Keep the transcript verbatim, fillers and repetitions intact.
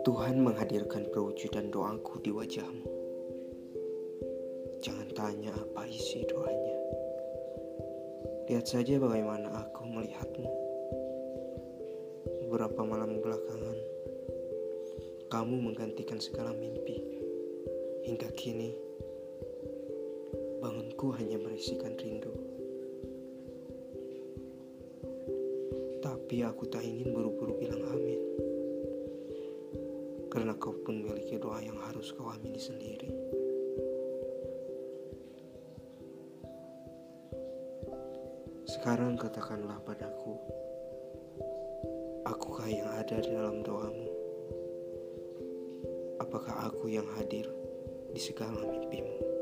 Tuhan menghadirkan perwujudan doaku di wajahmu. Jangan tanya apa isi doanya. Lihat saja bagaimana aku melihatmu. Beberapa malam belakangan, kamu menggantikan segala mimpi. Hingga kini, bangunku hanya berisikan rindu. Tapi aku tak ingin buru-buru bilang amin. Karena kau pun memiliki doa yang harus kau amini sendiri. Sekarang katakanlah padaku, akukah yang ada di dalam doamu? Apakah aku yang hadir di segala mimpimu?